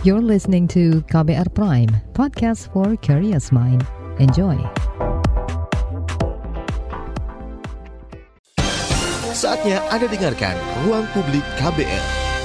You're listening to KBR Prime, podcast for curious mind. Enjoy. Saatnya Anda dengarkan Ruang Publik KBR.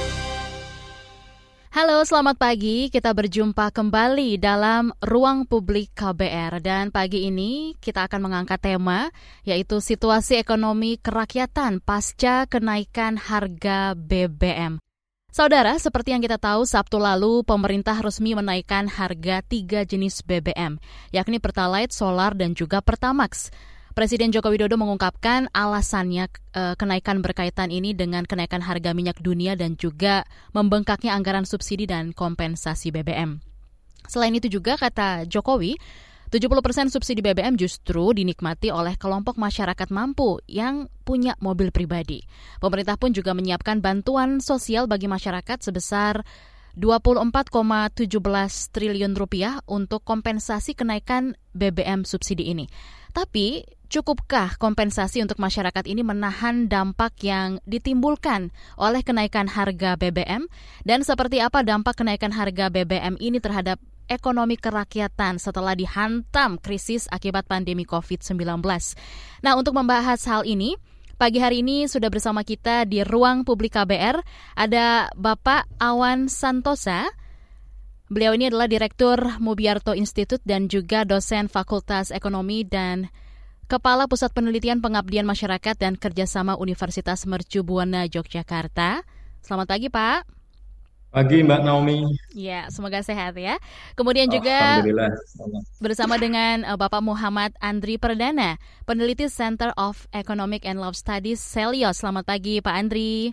Halo, selamat pagi. Kita berjumpa kembali dalam Ruang Publik KBR. Dan pagi ini kita akan mengangkat tema, yaitu situasi ekonomi kerakyatan pasca kenaikan harga BBM. Saudara, seperti yang kita tahu, Sabtu lalu pemerintah resmi menaikkan harga 3 jenis BBM, yakni Pertalite, Solar, dan juga Pertamax. Presiden Joko Widodo mengungkapkan alasannya kenaikan berkaitan ini dengan kenaikan harga minyak dunia dan juga membengkaknya anggaran subsidi dan kompensasi BBM. Selain itu juga, kata Jokowi, 70% subsidi BBM justru dinikmati oleh kelompok masyarakat mampu yang punya mobil pribadi. Pemerintah pun juga menyiapkan bantuan sosial bagi masyarakat sebesar 24,17 triliun rupiah untuk kompensasi kenaikan BBM subsidi ini. Tapi, cukupkah kompensasi untuk masyarakat ini menahan dampak yang ditimbulkan oleh kenaikan harga BBM? Dan seperti apa dampak kenaikan harga BBM ini terhadap ekonomi kerakyatan setelah dihantam krisis akibat pandemi COVID-19? Nah, untuk membahas hal ini, pagi hari ini sudah bersama kita di Ruang Publik KBR ada Bapak Awan Santosa. Beliau ini adalah Direktur Mubiarto Institute dan juga dosen Fakultas Ekonomi dan Kepala Pusat Penelitian Pengabdian Masyarakat dan Kerjasama Universitas Mercu Buana Yogyakarta. Selamat pagi, Pak. Pagi Mbak Naomi. Ya, semoga sehat ya. Kemudian juga bersama dengan Bapak Muhammad Andri Perdana, peneliti Center of Economic and Law Studies Selios. Selamat pagi Pak Andri.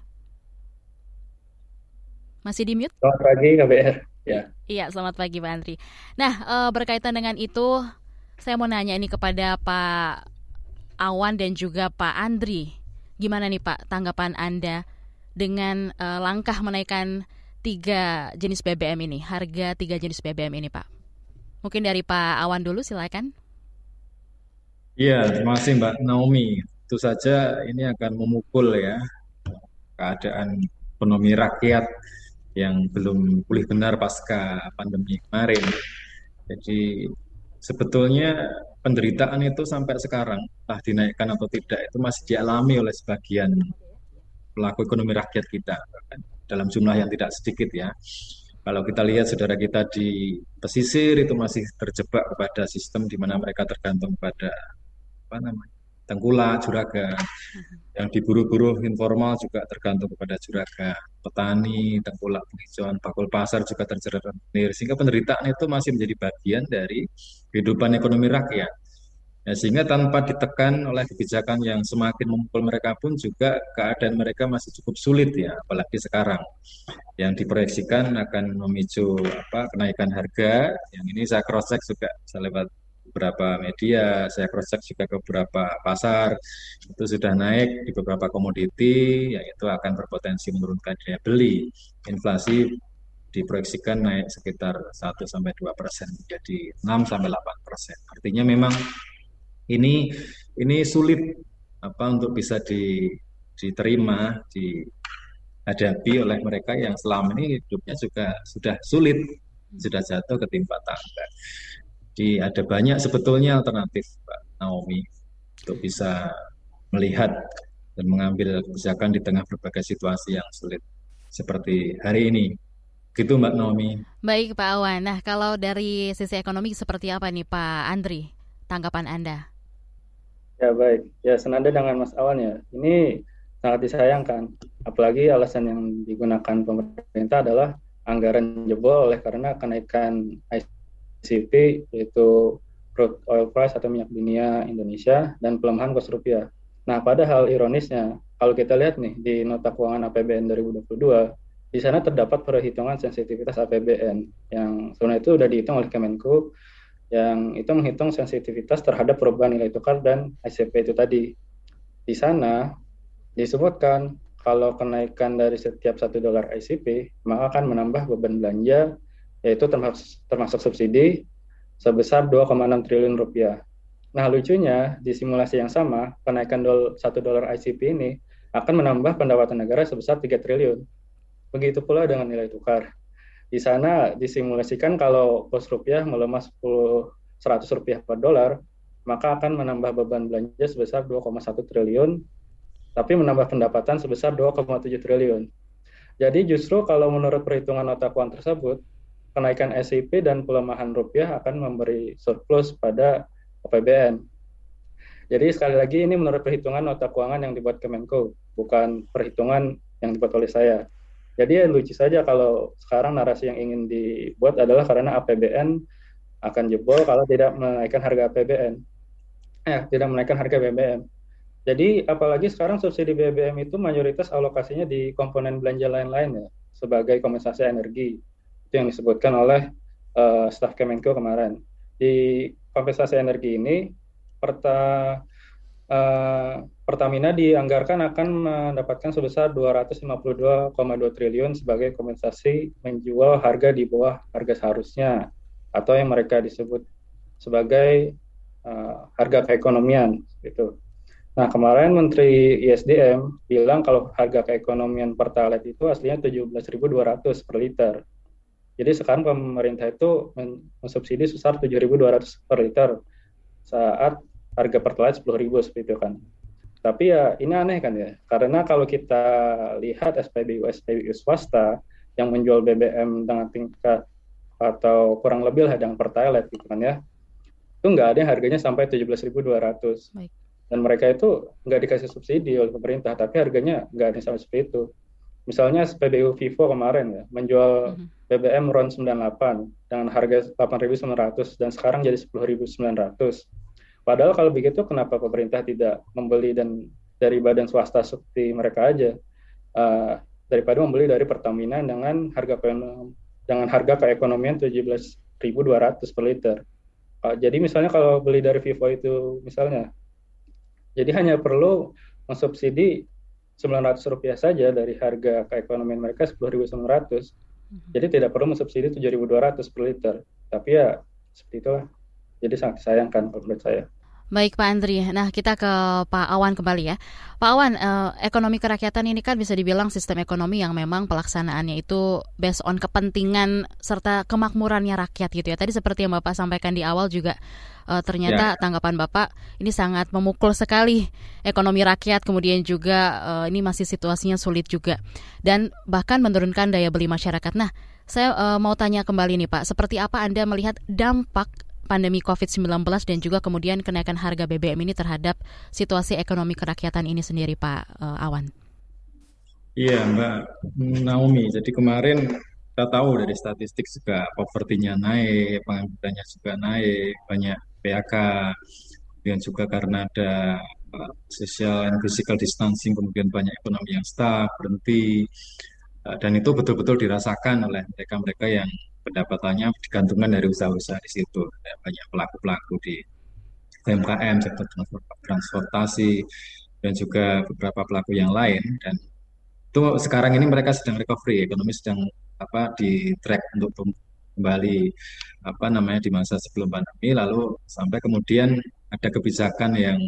Masih di mute? Selamat pagi KBR. Ya. Iya, selamat pagi Pak Andri. Nah, berkaitan dengan itu, saya mau nanya ini kepada Pak Awan dan juga Pak Andri. Gimana nih Pak tanggapan Anda dengan langkah menaikkan 3 jenis BBM ini, harga 3 jenis BBM ini Pak? Mungkin dari Pak Awan dulu, silakan. Iya, terima kasih Mbak Naomi. Tentu saja ini akan memukul ya keadaan ekonomi rakyat yang belum pulih benar pasca pandemi kemarin. Jadi sebetulnya penderitaan itu sampai sekarang, entah dinaikkan atau tidak, itu masih dialami oleh sebagian pelaku ekonomi rakyat kita, dalam jumlah yang tidak sedikit ya. Kalau kita lihat saudara kita di pesisir itu masih terjebak kepada sistem di mana mereka tergantung pada tengkulak, juragan. Yang di buruh-buruh informal juga tergantung kepada juragan. Petani, tengkulak, penghijauan, bakul pasar juga terjerat banjir. Sehingga penderitaan itu masih menjadi bagian dari kehidupan ekonomi rakyat. Ya, sehingga tanpa ditekan oleh kebijakan yang semakin memukul mereka pun juga keadaan mereka masih cukup sulit ya, apalagi sekarang yang diproyeksikan akan memicu kenaikan harga. Yang ini saya cross check juga, saya lewat beberapa media, saya cross check juga ke beberapa pasar, itu sudah naik di beberapa komoditi, yang itu akan berpotensi menurunkan daya beli. Inflasi diproyeksikan naik sekitar 1-2% menjadi 6-8%. Artinya memang ini sulit untuk bisa diterima, dihadapi oleh mereka yang selama ini hidupnya juga sudah sulit, sudah jatuh ketimpa tangga. Jadi ada banyak sebetulnya alternatif Pak Naomi untuk bisa melihat dan mengambil kebijakan di tengah berbagai situasi yang sulit seperti hari ini. Gitu Mbak Naomi. Baik Pak Awan. Nah, kalau dari sisi ekonomi seperti apa nih Pak Andri? Tanggapan Anda? Ya baik, ya senada dengan Mas Awan ya, ini sangat disayangkan, apalagi alasan yang digunakan pemerintah adalah anggaran jebol oleh karena kenaikan ICP, yaitu crude oil price atau minyak dunia Indonesia, dan pelemahan kurs rupiah. Nah, padahal ironisnya, kalau kita lihat nih di nota keuangan APBN 2022, di sana terdapat perhitungan sensitivitas APBN yang sebenarnya itu sudah dihitung oleh Kemenku, yang itu menghitung sensitivitas terhadap perubahan nilai tukar dan ICP itu tadi. Di sana disebutkan kalau kenaikan dari setiap $1 ICP, maka akan menambah beban belanja, yaitu termasuk subsidi, sebesar 2,6 triliun rupiah. Nah, lucunya di simulasi yang sama, kenaikan $1 ICP ini akan menambah pendapatan negara sebesar 3 triliun. Begitu pula dengan nilai tukar. Di sana disimulasikan kalau kurs rupiah melemah 100 rupiah per dolar, maka akan menambah beban belanja sebesar 2,1 triliun, tapi menambah pendapatan sebesar 2,7 triliun. Jadi justru kalau menurut perhitungan nota keuangan tersebut, kenaikan SIP dan pelemahan rupiah akan memberi surplus pada APBN. Jadi sekali lagi ini menurut perhitungan nota keuangan yang dibuat Kemenko, bukan perhitungan yang dibuat oleh saya. Jadi ya lucu saja kalau sekarang narasi yang ingin dibuat adalah karena APBN akan jebol kalau tidak menaikkan harga APBN. Tidak menaikkan harga BBM. Jadi apalagi sekarang subsidi BBM itu mayoritas alokasinya di komponen belanja lain-lain ya, sebagai kompensasi energi. Itu yang disebutkan oleh staf Kemenko kemarin. Di kompensasi energi ini, Pertamina dianggarkan akan mendapatkan sebesar 252,2 triliun sebagai kompensasi menjual harga di bawah harga seharusnya, atau yang mereka disebut sebagai harga keekonomian gitu. Nah, kemarin Menteri ISDM bilang kalau harga keekonomian Pertalite itu aslinya 17.200 per liter. Jadi sekarang pemerintah itu mensubsidi sebesar 7.200 per liter saat harga Pertalite 10.000 seperti itu kan. Tapi ya ini aneh kan ya, karena kalau kita lihat SPBU swasta yang menjual BBM dengan tingkat atau kurang lebih lah dengan Pertalite gitu kan ya, itu nggak ada yang harganya sampai 17.200. Dan mereka itu nggak dikasih subsidi oleh pemerintah, tapi harganya nggak ada sampai seperti itu. Misalnya SPBU Vivo kemarin ya, menjual BBM RON 98 dengan harga 8.900 dan sekarang jadi 10.900. Padahal kalau begitu kenapa pemerintah tidak membeli dari badan swasta seperti mereka aja, daripada membeli dari Pertamina dengan harga keekonomian 17.200 per liter. Jadi misalnya kalau beli dari Vivo itu misalnya, jadi hanya perlu mensubsidi Rp900 saja dari harga keekonomian mereka 10.900. Jadi tidak perlu mensubsidi 7.200 per liter. Tapi ya seperti itulah. Jadi sangat disayangkan menurut saya. Baik Pak Andri, nah kita ke Pak Awan kembali ya. Pak Awan, ekonomi kerakyatan ini kan bisa dibilang sistem ekonomi yang memang pelaksanaannya itu based on kepentingan serta kemakmurannya rakyat gitu ya. Tadi seperti yang Bapak sampaikan di awal juga ternyata tanggapan Bapak ini sangat memukul sekali ekonomi rakyat, kemudian juga ini masih situasinya sulit juga. Dan bahkan menurunkan daya beli masyarakat. Nah, saya mau tanya kembali nih Pak, seperti apa Anda melihat dampak pandemi COVID-19 dan juga kemudian kenaikan harga BBM ini terhadap situasi ekonomi kerakyatan ini sendiri, Pak Awan? Iya, Mbak Naomi. Jadi kemarin kita tahu dari statistik juga poverty-nya naik, penganggurannya juga naik, banyak PHK, dan juga karena ada social and physical distancing, kemudian banyak ekonomi yang stuck, berhenti, dan itu betul-betul dirasakan oleh mereka-mereka yang pendapatannya digantungkan dari usaha-usaha di situ. Banyak pelaku-pelaku di UMKM, sektor transportasi, dan juga beberapa pelaku yang lain. Dan itu sekarang ini mereka sedang recovery, ekonomi sedang di track untuk kembali di masa sebelum pandemi. Lalu sampai kemudian ada kebijakan yang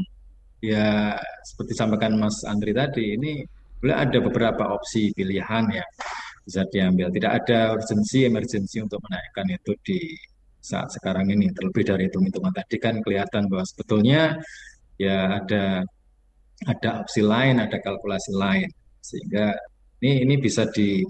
ya seperti sampaikan Mas Andri tadi, ini boleh ada beberapa opsi pilihan ya bisa diambil. Tidak ada emergensi untuk menaikkan itu di saat sekarang ini. Terlebih dari hitung-hitungan tadi kan kelihatan bahwa sebetulnya ya ada opsi lain, ada kalkulasi lain. Sehingga ini bisa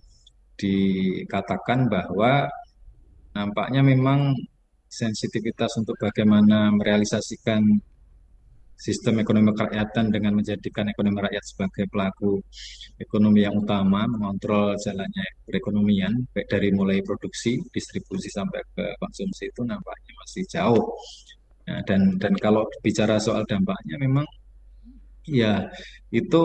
dikatakan bahwa nampaknya memang sensitivitas untuk bagaimana merealisasikan sistem ekonomi kerakyatan dengan menjadikan ekonomi rakyat sebagai pelaku ekonomi yang utama, mengontrol jalannya perekonomian, baik dari mulai produksi, distribusi sampai ke konsumsi itu nampaknya masih jauh. Nah, dan kalau bicara soal dampaknya memang ya itu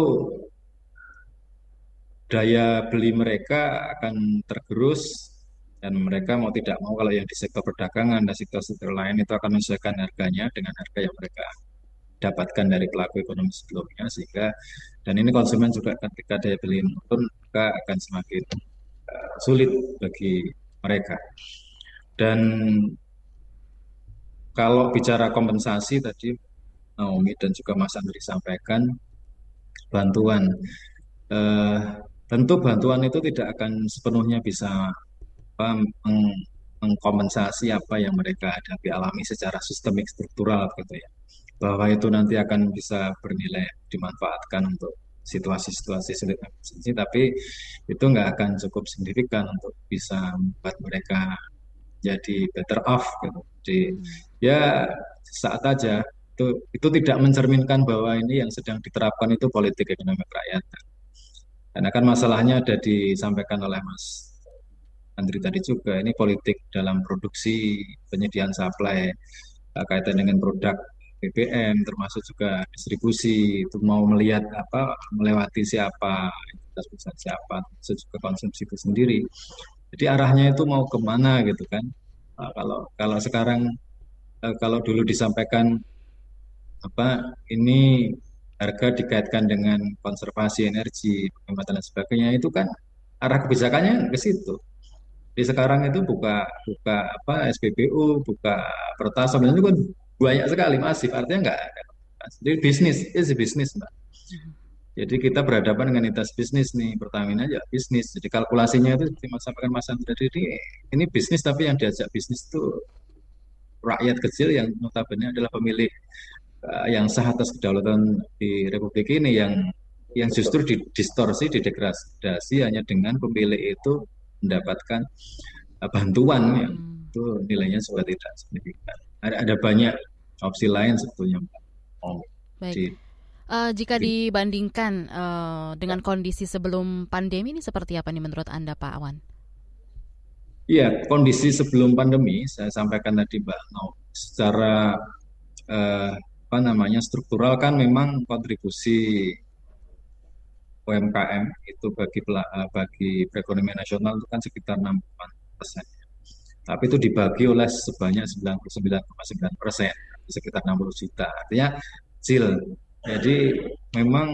daya beli mereka akan tergerus dan mereka mau tidak mau kalau yang di sektor perdagangan dan sektor-sektor lain itu akan menyesuaikan harganya dengan harga yang mereka dapatkan dari pelaku ekonomi sebelumnya, sehingga dan ini konsumen juga ketika daya beli menurun maka akan semakin sulit bagi mereka. Dan kalau bicara kompensasi tadi Naomi dan juga Mas Andri sampaikan bantuan, tentu bantuan itu tidak akan sepenuhnya bisa mengkompensasi apa yang mereka hadapi alami secara sistemik struktural gitu ya. Bahwa itu nanti akan bisa bernilai dimanfaatkan untuk situasi-situasi sulit emergency, tapi itu nggak akan cukup signifikan untuk bisa membuat mereka jadi better off gitu. Jadi ya saat aja itu tidak mencerminkan bahwa ini yang sedang diterapkan itu politik ekonomi kerakyatan. Karena kan masalahnya ada disampaikan oleh Mas Andri tadi juga, ini politik dalam produksi, penyediaan supply, kaitan dengan produk BBM, termasuk juga distribusi, itu mau melihat apa, melewati siapa, siapa, termasuk juga konsumsi itu sendiri. Jadi arahnya itu mau kemana gitu kan? Nah, kalau sekarang, kalau dulu disampaikan apa ini harga dikaitkan dengan konservasi energi, penghematan dan sebagainya, itu kan arah kebijakannya ke situ. Di sekarang itu buka apa SPBU, buka Pertasop, itu kan banyak sekali, masif. Artinya enggak. Jadi bisnis, itu bisnis, Mbak. Jadi kita berhadapan dengan entitas bisnis nih, Pertamina aja bisnis. Jadi kalkulasinya itu seperti Mas sampaikan Mas Andri tadi, ini bisnis, tapi yang diajak bisnis itu rakyat kecil yang notabene adalah pemilik yang sah atas kedaulatan di Republik ini, yang justru didistorsi, didegradasi hanya dengan pemilik itu mendapatkan bantuan yang itu nilainya juga tidak signifikan. Ada banyak opsi lain sebetulnya. Baik. Jika dibandingkan dengan kondisi sebelum pandemi ini seperti apa nih menurut Anda, Pak Awan? Iya, kondisi sebelum pandemi saya sampaikan tadi, Mbak Nau, secara struktural kan memang kontribusi UMKM itu bagi perekonomian nasional itu kan sekitar 60%. Tapi itu dibagi oleh sebanyak 99,9%, sekitar 60 juta. Artinya kecil. Jadi memang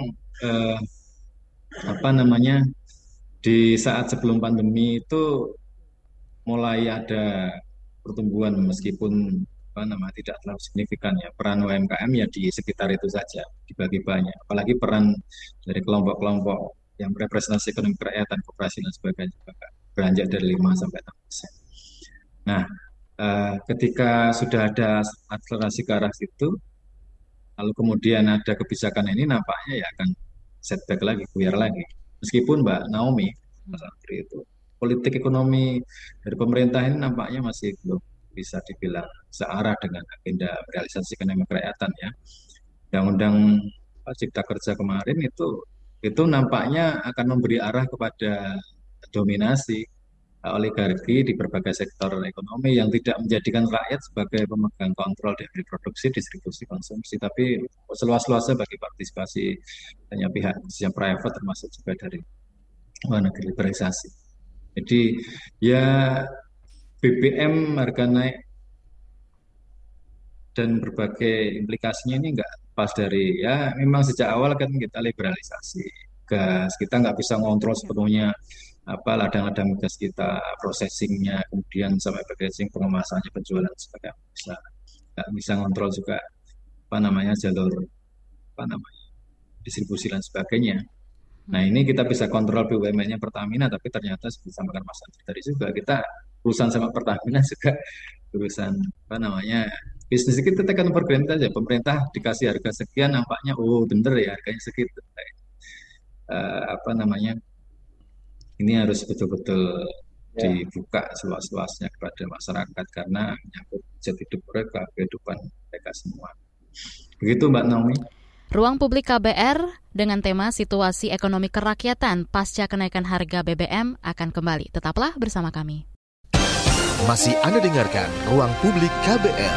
di saat sebelum pandemi itu mulai ada pertumbuhan meskipun tidak terlalu signifikan ya, peran UMKM ya di sekitar itu saja, dibagi banyak, apalagi peran dari kelompok-kelompok yang representasi ekonomi kerakyatan, koperasi dan sebagainya juga beranjak dari 5 sampai 6%. Nah, ketika sudah ada akselerasi ke arah situ, lalu kemudian ada kebijakan ini, nampaknya ya akan setback lagi, buyar lagi. Meskipun Mbak Naomi, Mas Andri, itu politik ekonomi dari pemerintah ini nampaknya masih belum bisa dibilang searah dengan agenda realisasi ekonomi kerakyatan ya. Undang-undang Cipta Kerja kemarin itu nampaknya akan memberi arah kepada dominasi oligarki di berbagai sektor ekonomi yang tidak menjadikan rakyat sebagai pemegang kontrol dari produksi, distribusi, konsumsi, tapi seluas-luasnya bagi partisipasi hanya pihak yang private, termasuk juga dari negeri liberalisasi. Jadi ya BBM harga naik dan berbagai implikasinya ini nggak pas dari ya memang sejak awal kan kita liberalisasi gas, kita nggak bisa ngontrol sepenuhnya ladang-ladang gas kita, processingnya, kemudian sampai packaging, pengemasannya, penjualan sebagainya, nggak bisa ngontrol juga jalur distribusi dan sebagainya. Nah ini kita bisa kontrol BUMN-nya Pertamina, tapi ternyata seperti sampaikan Mas Andri tadi juga, kita urusan sama Pertamina juga urusan bisnis kita tekan pemerintah aja. Pemerintah dikasih harga sekian, nampaknya bener ya harganya segitu. Ini harus betul-betul dibuka seluas-luasnya kepada masyarakat karena menyangkut hajat hidup mereka, kehidupan mereka semua. Begitu Mbak Naomi. Ruang Publik KBR dengan tema situasi ekonomi kerakyatan pasca kenaikan harga BBM akan kembali. Tetaplah bersama kami. Masih Anda dengarkan Ruang Publik KBR.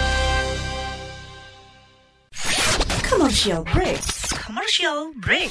Commercial break.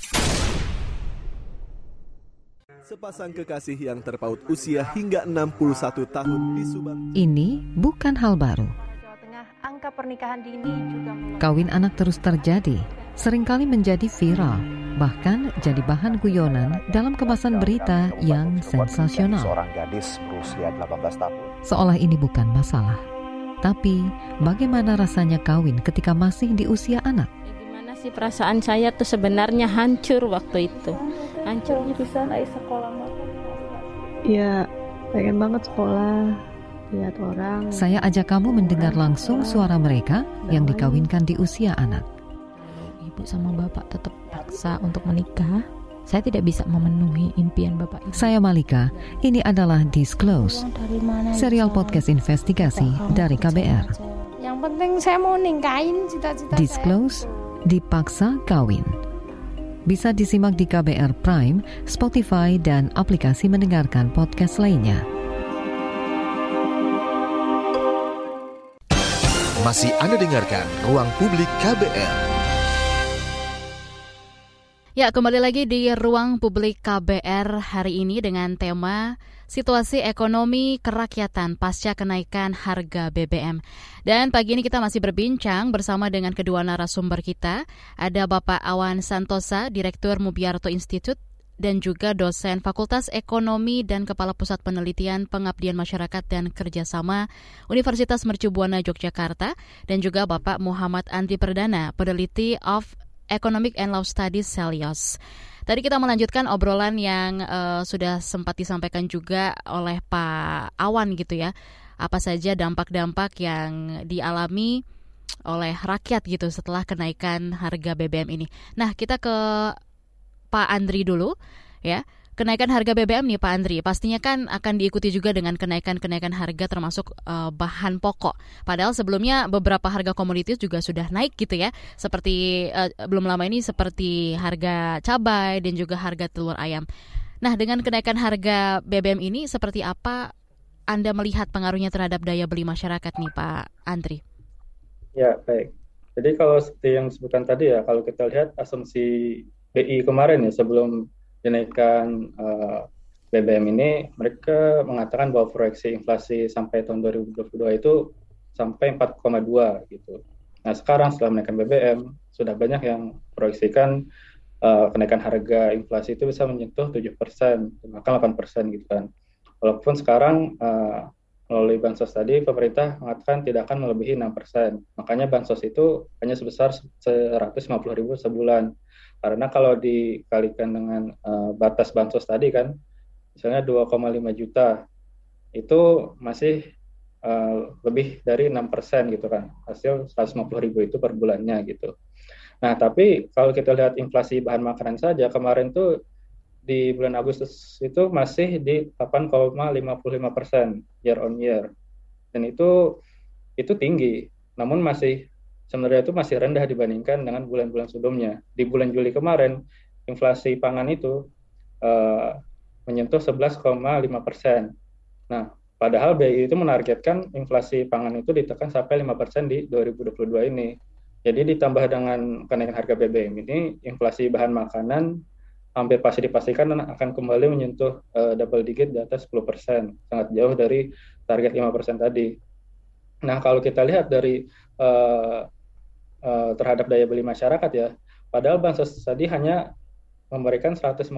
Sepasang kekasih yang terpaut usia hingga 61 tahun di Subang. Ini bukan hal baru. Angka pernikahan dini juga Kawin anak terus terjadi, seringkali menjadi viral, bahkan jadi bahan guyonan dalam kemasan berita yang sensasional. Seorang gadis berusia 18 tahun. Seolah ini bukan masalah. Tapi, bagaimana rasanya kawin ketika masih di usia anak? Gimana sih perasaan saya tuh sebenarnya hancur waktu itu. Hancur bisa naik sekolah. Ya, pengen banget sekolah, lihat orang. Saya ajak kamu mendengar langsung suara mereka yang dikawinkan di usia anak. Ibu sama bapak tetap paksa untuk menikah. Saya tidak bisa memenuhi impian bapak ibu. Saya Malika, ini adalah Disclose, serial podcast investigasi dari KBR. Yang penting saya mau ningkain cita-cita Disclose, dipaksa kawin. Bisa disimak di KBR Prime, Spotify, dan aplikasi mendengarkan podcast lainnya. Masih Anda dengarkan Ruang Publik KBR. Ya, kembali lagi di Ruang Publik KBR hari ini dengan tema Situasi Ekonomi Kerakyatan Pasca Kenaikan Harga BBM. Dan pagi ini kita masih berbincang bersama dengan kedua narasumber kita. Ada Bapak Awan Santosa, Direktur Mubiarto Institute, dan juga dosen Fakultas Ekonomi dan Kepala Pusat Penelitian Pengabdian Masyarakat dan Kerjasama Universitas Mercubuana Yogyakarta, dan juga Bapak Muhammad Andri Perdana, peneliti of Economic and Law Studies Celios. Tadi kita melanjutkan obrolan yang sudah sempat disampaikan juga oleh Pak Awan gitu ya. Apa saja dampak-dampak yang dialami oleh rakyat gitu setelah kenaikan harga BBM ini. Nah, kita ke Pak Andri dulu ya. Kenaikan harga BBM nih Pak Andri, pastinya kan akan diikuti juga dengan kenaikan harga termasuk bahan pokok. Padahal sebelumnya beberapa harga komoditas juga sudah naik gitu ya. Seperti belum lama ini seperti harga cabai dan juga harga telur ayam. Nah, dengan kenaikan harga BBM ini seperti apa Anda melihat pengaruhnya terhadap daya beli masyarakat nih Pak Andri? Ya, baik. Jadi kalau seperti yang disebutkan tadi ya, kalau kita lihat asumsi BI kemarin ya sebelum kenaikan BBM ini, mereka mengatakan bahwa proyeksi inflasi sampai tahun 2022 itu sampai 4,2 gitu. Nah, sekarang setelah menaikkan BBM, sudah banyak yang proyeksikan kenaikan harga inflasi itu bisa menyentuh 7%, bahkan 8% gitu kan. Walaupun sekarang melalui bansos tadi, pemerintah mengatakan tidak akan melebihi 6%. Makanya bansos itu hanya sebesar 150.000 sebulan. Karena kalau dikalikan dengan batas bansos tadi kan, misalnya 2,5 juta, itu masih lebih dari 6% gitu kan, hasil 150.000 itu per bulannya gitu. Nah, tapi kalau kita lihat inflasi bahan makanan saja, kemarin tuh di bulan Agustus itu masih di 8,55% year on year. Dan itu tinggi, namun sebenarnya itu masih rendah dibandingkan dengan bulan-bulan sebelumnya. Di bulan Juli kemarin, inflasi pangan itu menyentuh 11,5%. Nah, padahal BI itu menargetkan inflasi pangan itu ditekan sampai 5% di 2022 ini. Jadi ditambah dengan kenaikan harga BBM ini, inflasi bahan makanan hampir pasti dipastikan akan kembali menyentuh double digit di atas 10%. Sangat jauh dari target 5% tadi. Nah, kalau kita lihat dari terhadap daya beli masyarakat ya, padahal bansos tadi hanya memberikan 150.000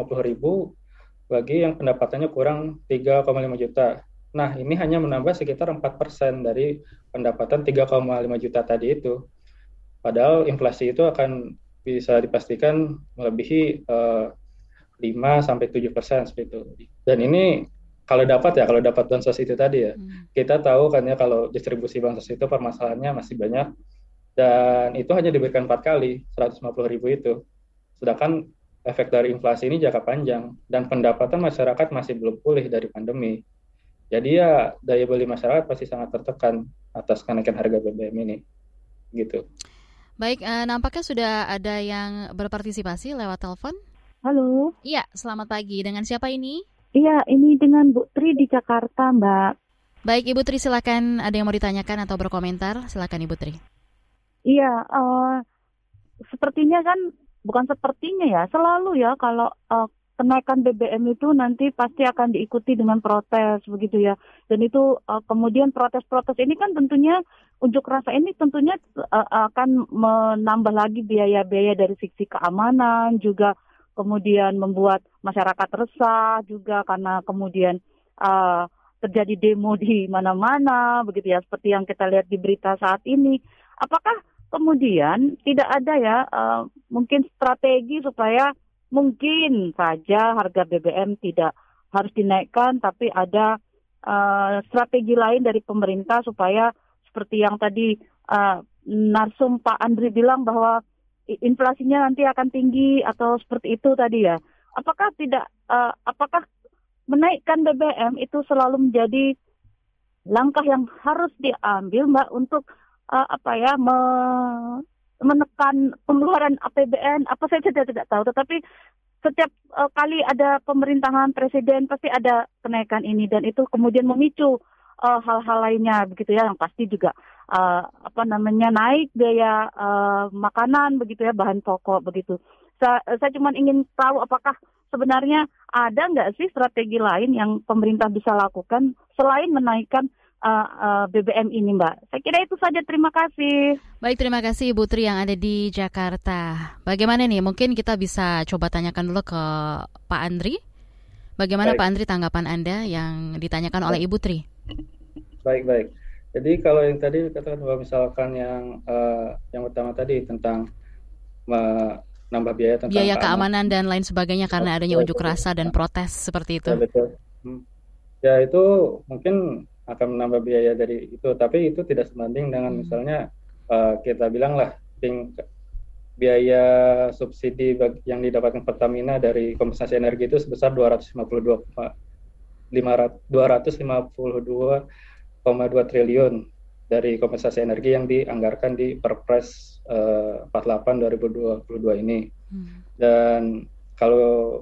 bagi yang pendapatannya kurang 3,5 juta. Nah, ini hanya menambah sekitar 4% dari pendapatan 3,5 juta tadi itu. Padahal inflasi itu akan bisa dipastikan melebihi 5-7% seperti itu. Dan ini kalau dapat bansos itu tadi ya, kita tahu kan ya kalau distribusi bansos itu permasalahannya masih banyak. Dan itu hanya diberikan 4 kali, 150.000 itu. Sedangkan efek dari inflasi ini jangka panjang, dan pendapatan masyarakat masih belum pulih dari pandemi. Jadi ya daya beli masyarakat pasti sangat tertekan atas kenaikan harga BBM ini. Gitu. Baik, nampaknya sudah ada yang berpartisipasi lewat telepon. Halo. Iya, selamat pagi. Dengan siapa ini? Iya, ini dengan Bu Tri di Jakarta, Mbak. Baik, Ibu Tri, silakan ada yang mau ditanyakan atau berkomentar. Silakan Ibu Tri. Iya, sepertinya kan, bukan sepertinya ya, selalu ya kalau kenaikan BBM itu nanti pasti akan diikuti dengan protes begitu ya. Dan itu kemudian protes-protes ini kan tentunya unjuk rasa ini tentunya akan menambah lagi biaya-biaya dari sisi keamanan, juga kemudian membuat masyarakat resah juga karena kemudian terjadi demo di mana-mana begitu ya, seperti yang kita lihat di berita saat ini. Apakah kemudian tidak ada ya mungkin strategi supaya mungkin saja harga BBM tidak harus dinaikkan, tapi ada strategi lain dari pemerintah supaya seperti yang tadi narsum Pak Andri bilang bahwa inflasinya nanti akan tinggi atau seperti itu tadi ya. Apakah menaikkan BBM itu selalu menjadi langkah yang harus diambil Mbak untuk menekan pengeluaran APBN? Apa saya tidak tahu, tetapi setiap kali ada pemerintahan presiden pasti ada kenaikan ini dan itu kemudian memicu hal-hal lainnya begitu ya, yang pasti juga naik biaya makanan begitu ya, bahan pokok begitu. Saya cuma ingin tahu apakah sebenarnya ada nggak sih strategi lain yang pemerintah bisa lakukan selain menaikkan BBM ini, Mbak. Saya kira itu saja, terima kasih. Baik, terima kasih Ibu Tri yang ada di Jakarta. Bagaimana nih, mungkin kita bisa coba tanyakan dulu ke Pak Andri. Bagaimana Pak Andri tanggapan Anda yang ditanyakan oleh Ibu Tri? Baik. Jadi kalau yang tadi dikatakan bahwa misalkan yang pertama tadi tentang menambah biaya tentang biaya keamanan dan lain sebagainya karena adanya unjuk rasa dan protes seperti itu. Ya, betul. Ya itu mungkin akan menambah biaya dari itu, tapi itu tidak sebanding dengan misalnya kita bilanglah biaya subsidi yang didapatkan Pertamina dari kompensasi energi itu sebesar 252,2 triliun dari kompensasi energi yang dianggarkan di Perpres 48 2022 ini. Dan kalau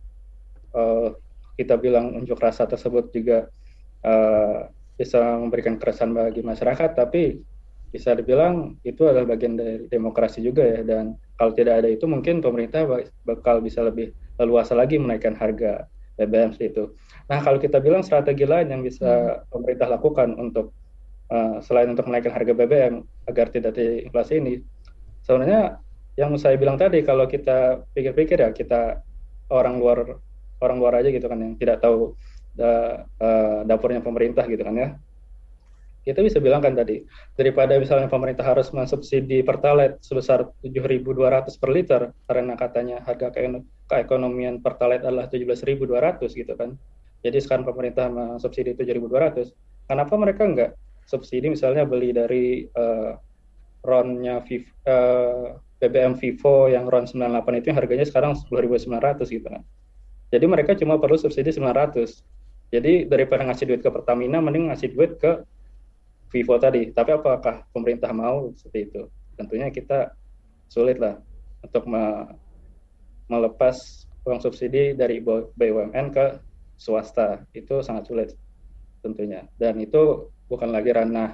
kita bilang unjuk rasa tersebut juga bisa memberikan keresahan bagi masyarakat, tapi bisa dibilang itu adalah bagian dari demokrasi juga ya, dan kalau tidak ada itu mungkin pemerintah bakal bisa lebih leluasa lagi menaikkan harga BBM itu. Nah, kalau kita bilang strategi lain yang bisa pemerintah lakukan untuk selain untuk menaikkan harga BBM agar tidak terjadi inflasi ini, sebenarnya yang saya bilang tadi, kalau kita pikir-pikir ya, kita orang luar aja gitu kan, yang tidak tahu dapurnya pemerintah gitu kan ya, kita bisa bilang kan tadi, daripada misalnya pemerintah harus mensubsidi Pertalite sebesar 7.200 per liter karena katanya harga keekonomian Pertalite adalah 17.200 gitu kan, jadi sekarang pemerintah mensubsidi 7.200, kenapa mereka enggak subsidi misalnya beli dari RON-nya BBM Vivo yang RON 98 itu yang harganya sekarang 10.900 gitu kan. Jadi mereka cuma perlu subsidi 900. Jadi daripada ngasih duit ke Pertamina, mending ngasih duit ke Vivo tadi. Tapi apakah pemerintah mau seperti itu? Tentunya kita sulit lah untuk melepas uang subsidi dari BUMN ke swasta. Itu sangat sulit tentunya. Dan itu bukan lagi ranah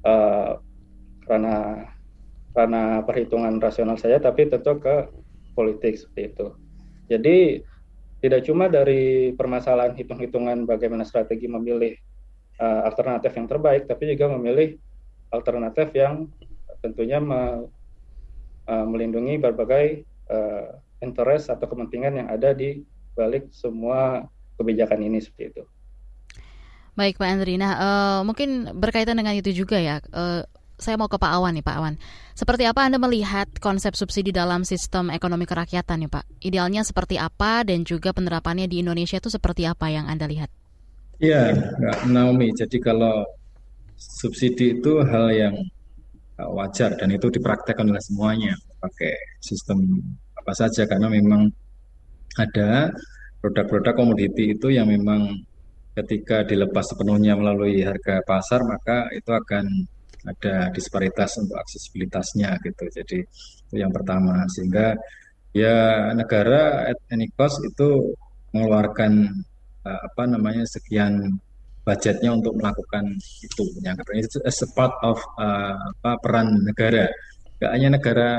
perhitungan rasional saja, tapi tentu ke politik seperti itu. Jadi tidak cuma dari permasalahan hitung-hitungan bagaimana strategi memilih alternatif yang terbaik, tapi juga memilih alternatif yang tentunya melindungi berbagai interest atau kepentingan yang ada di balik semua kebijakan ini seperti itu. Baik Pak Andri, nah mungkin berkaitan dengan itu juga ya, saya mau ke Pak Awan nih, Pak Awan. Seperti apa Anda melihat konsep subsidi dalam sistem ekonomi kerakyatan nih Pak? Idealnya seperti apa dan juga penerapannya di Indonesia itu seperti apa yang Anda lihat? Ya, Naomi, jadi kalau subsidi itu hal yang wajar dan itu dipraktekkan oleh semuanya pakai sistem apa saja, karena memang ada produk-produk komoditi itu yang memang ketika dilepas sepenuhnya melalui harga pasar maka itu akan ada disparitas untuk aksesibilitasnya gitu. Jadi itu yang pertama, sehingga ya negara at any cost itu mengeluarkan sekian budgetnya untuk melakukan itu, menganggapnya itu as a part of peran negara, nggak hanya negara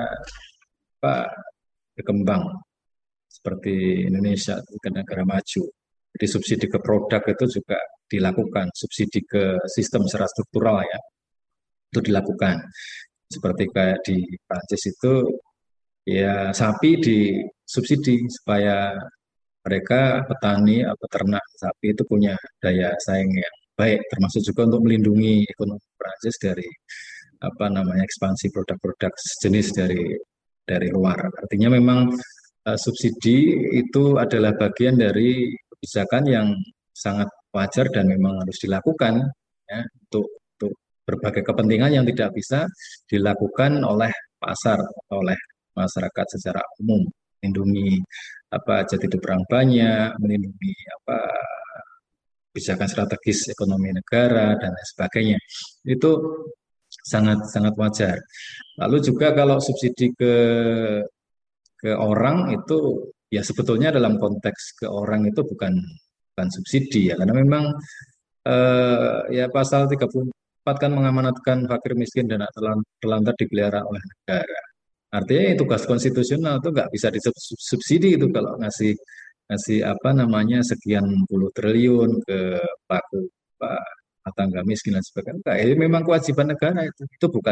berkembang seperti Indonesia, ke negara maju. Jadi subsidi ke produk itu juga dilakukan, subsidi ke sistem secara struktural ya, itu dilakukan. Seperti kayak di Prancis itu ya sapi disubsidi supaya mereka petani atau ternak sapi itu punya daya saing yang baik, termasuk juga untuk melindungi ekonomi Prancis dari ekspansi produk-produk jenis dari luar. Artinya memang subsidi itu adalah bagian dari kebijakan yang sangat wajar dan memang harus dilakukan ya, untuk berbagai kepentingan yang tidak bisa dilakukan oleh pasar atau oleh masyarakat secara umum, melindungi jati hidup orang banyak, melindungi kebijakan strategis ekonomi negara dan lain sebagainya. Itu sangat sangat wajar. Lalu juga kalau subsidi ke orang itu ya sebetulnya dalam konteks ke orang itu bukan subsidi ya, karena memang ya pasal 34 kan mengamanatkan fakir miskin dan terlantar dipelihara oleh negara. Artinya tugas konstitusional itu nggak bisa disubsidi itu kalau ngasih sekian puluh triliun ke pelaku tangga miskin dan sebagainya. Enggak, ini memang kewajiban negara itu bukan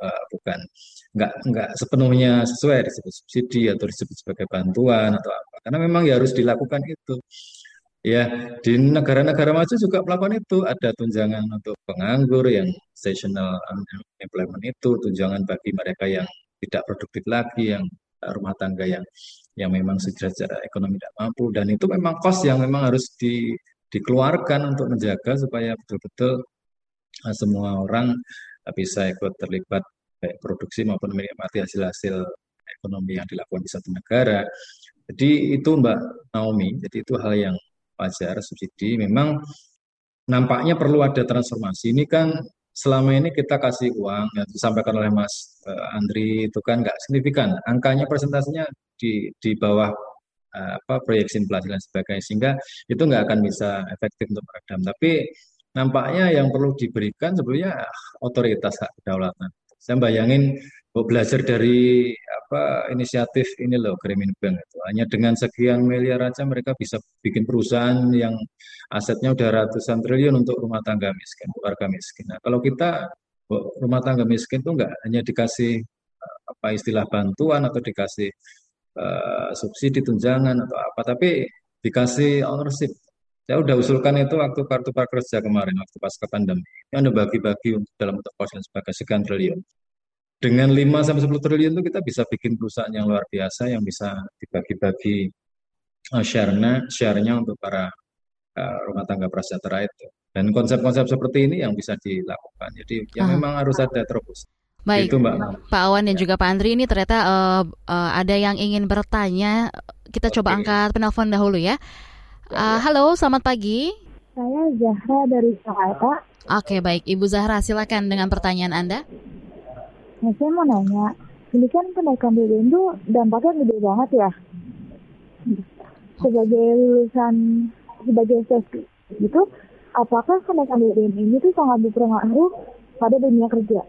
nggak sepenuhnya sesuai disebut subsidi atau disebut sebagai bantuan atau apa, karena memang ya harus dilakukan itu. Ya, di negara-negara maju juga melakukan itu. Ada tunjangan untuk penganggur yang seasonal employment itu, tunjangan bagi mereka yang tidak produktif lagi, yang rumah tangga yang memang secara ekonomi tidak mampu, dan itu memang cost yang memang harus dikeluarkan untuk menjaga supaya betul-betul semua orang bisa ikut terlibat baik produksi maupun menikmati hasil-hasil ekonomi yang dilakukan di satu negara. Jadi itu Mbak Naomi, jadi itu hal yang wajar. Subsidi memang nampaknya perlu ada transformasi. Ini kan selama ini kita kasih uang yang disampaikan oleh Mas Andri itu kan nggak signifikan, angkanya presentasinya di bawah proyeksi inflasi dan sebagainya, sehingga itu nggak akan bisa efektif untuk meredam. Tapi nampaknya yang perlu diberikan sebenarnya otoritas hak kedaulatan. Saya bayangin belajar dari inisiatif ini loh, Grameen Bank itu. Hanya dengan sekian miliar aja mereka bisa bikin perusahaan yang asetnya udah ratusan triliun untuk rumah tangga miskin, keluarga miskin. Nah, kalau kita rumah tangga miskin tuh nggak hanya dikasih istilah bantuan atau dikasih subsidi tunjangan atau apa, tapi dikasih ownership. Saya udah usulkan itu waktu kartu prakerja kemarin, waktu pasca pandemi. Yang udah bagi-bagi dalam bentuk pos dan sebagai sekian triliun. Dengan 5-10 triliun itu kita bisa bikin perusahaan yang luar biasa yang bisa dibagi-bagi share-nya untuk para rumah tangga prasejahtera itu. Dan konsep-konsep seperti ini yang bisa dilakukan. Jadi memang harus ada terobosan. Baik, itu, Mbak. Pak Awan dan juga Pak Andri, ini ternyata ada yang ingin bertanya. Kita coba angkat penelpon dahulu ya. Halo, selamat pagi. Saya Zahra dari Jakarta. Oke, baik. Ibu Zahra, silakan dengan pertanyaan Anda. Nah, saya mau nanya, ini kan kenaikan BBM itu dampaknya gede banget ya. Sebagai lulusan, sebagai siswa gitu, apakah kenaikan BBM ini tuh sangat berpengaruh pada dunia kerja?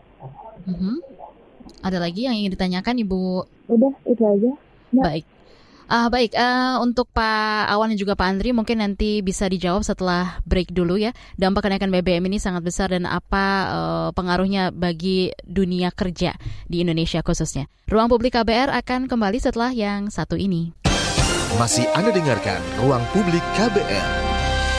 Ada lagi yang ingin ditanyakan, Ibu? Udah, itu aja. Baik. Baik, untuk Pak Awan dan juga Pak Andri mungkin nanti bisa dijawab setelah break dulu ya. Dampak kenaikan BBM ini sangat besar dan apa pengaruhnya bagi dunia kerja di Indonesia khususnya. Ruang Publik KBR akan kembali setelah yang satu ini. Masih Anda dengarkan Ruang Publik KBR.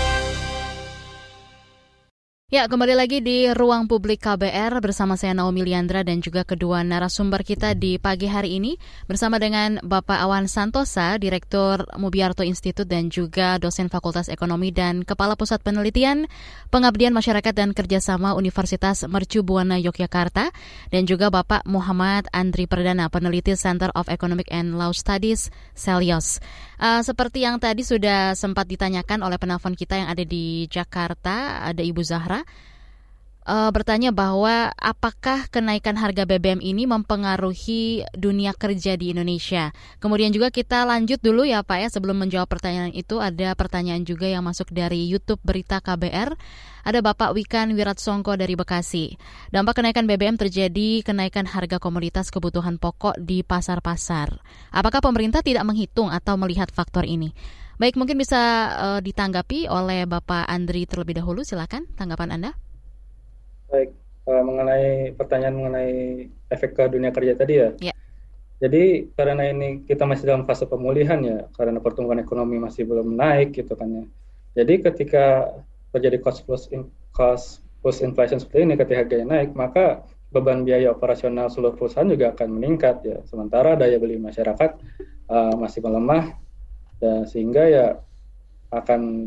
Ya, kembali lagi di Ruang Publik KBR bersama saya Naomi Liandra dan juga kedua narasumber kita di pagi hari ini bersama dengan Bapak Awan Santosa, Direktur Mubiarto Institute dan juga dosen Fakultas Ekonomi dan Kepala Pusat Penelitian Pengabdian Masyarakat dan Kerjasama Universitas Mercu Buana Yogyakarta, dan juga Bapak Muhammad Andri Perdana, peneliti Center of Economic and Law Studies, CELIOS. Seperti yang tadi sudah sempat ditanyakan oleh penelpon kita yang ada di Jakarta, ada Ibu Zahra, bertanya bahwa apakah kenaikan harga BBM ini mempengaruhi dunia kerja di Indonesia. Kemudian juga kita lanjut dulu ya Pak ya, sebelum menjawab pertanyaan itu ada pertanyaan juga yang masuk dari YouTube Berita KBR. Ada Bapak Wikan Wiratsongko dari Bekasi. Dampak kenaikan BBM terjadi kenaikan harga komoditas kebutuhan pokok di pasar-pasar. Apakah pemerintah tidak menghitung atau melihat faktor ini? Baik, mungkin bisa ditanggapi oleh Bapak Andri terlebih dahulu. Silakan tanggapan Anda. Baik, mengenai pertanyaan mengenai efek ke dunia kerja tadi ya. Ya. Jadi karena ini kita masih dalam fase pemulihan ya, karena pertumbuhan ekonomi masih belum naik gitu kan ya. Jadi ketika terjadi cost plus inflation seperti ini, ketika harganya naik, maka beban biaya operasional seluruh perusahaan juga akan meningkat ya. Sementara daya beli masyarakat masih melemah, dan sehingga ya akan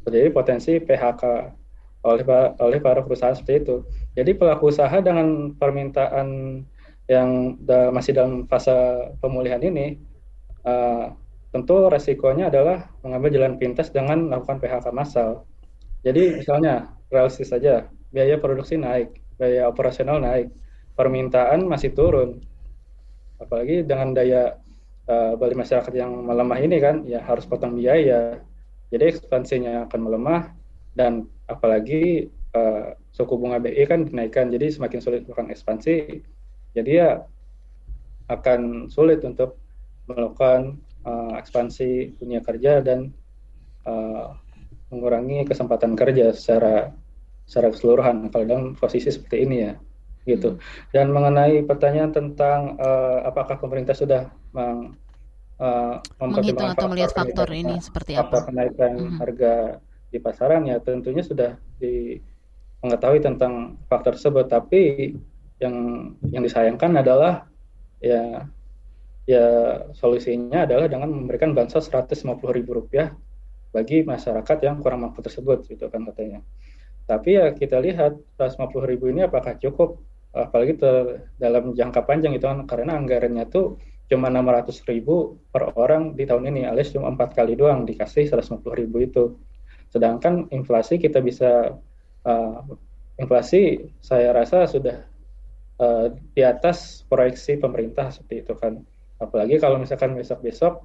terjadi potensi PHK oleh para perusahaan seperti itu. Jadi pelaku usaha dengan permintaan yang masih dalam fase pemulihan ini, tentu resikonya adalah mengambil jalan pintas dengan melakukan PHK massal. Jadi misalnya realistis saja, biaya produksi naik, biaya operasional naik, permintaan masih turun. Apalagi dengan daya beli masyarakat yang melemah ini kan, ya harus potong biaya. Jadi ekspansinya akan melemah, dan apalagi suku bunga BI kan dinaikkan, jadi semakin sulit melakukan ekspansi. Jadi ya akan sulit untuk melakukan ekspansi dunia kerja dan mengurangi kesempatan kerja secara keseluruhan kalau dalam posisi seperti ini ya, gitu. Dan mengenai pertanyaan tentang apakah pemerintah sudah menghitung atau melihat faktor ini seperti apa? Faktor kenaikan harga di pasaran, ya tentunya sudah mengetahui tentang faktor tersebut. Tapi yang disayangkan adalah ya solusinya adalah dengan memberikan bansos Rp150.000 bagi masyarakat yang kurang mampu tersebut, gitu kan katanya. Tapi ya kita lihat Rp150.000 ini apakah cukup, apalagi dalam jangka panjang itu kan, karena anggarannya tuh cuma Rp600.000 per orang di tahun ini, alias cuma 4 kali doang dikasih Rp150.000 itu. Sedangkan inflasi kita bisa inflasi saya rasa sudah di atas proyeksi pemerintah seperti itu kan. Apalagi kalau misalkan besok-besok